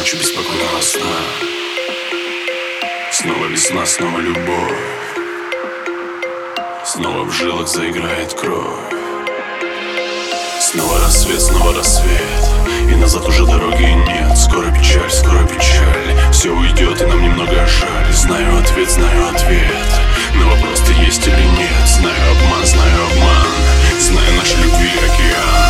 ночью беспокойного сна. Снова весна, снова любовь. Снова в жилах заиграет кровь. Снова рассвет, и назад уже дороги нет. Скоро печаль, все уйдет, и нам немного жаль. Знаю ответ, на вопрос, ты есть или нет. Знаю обман, знаю нашей любви океан.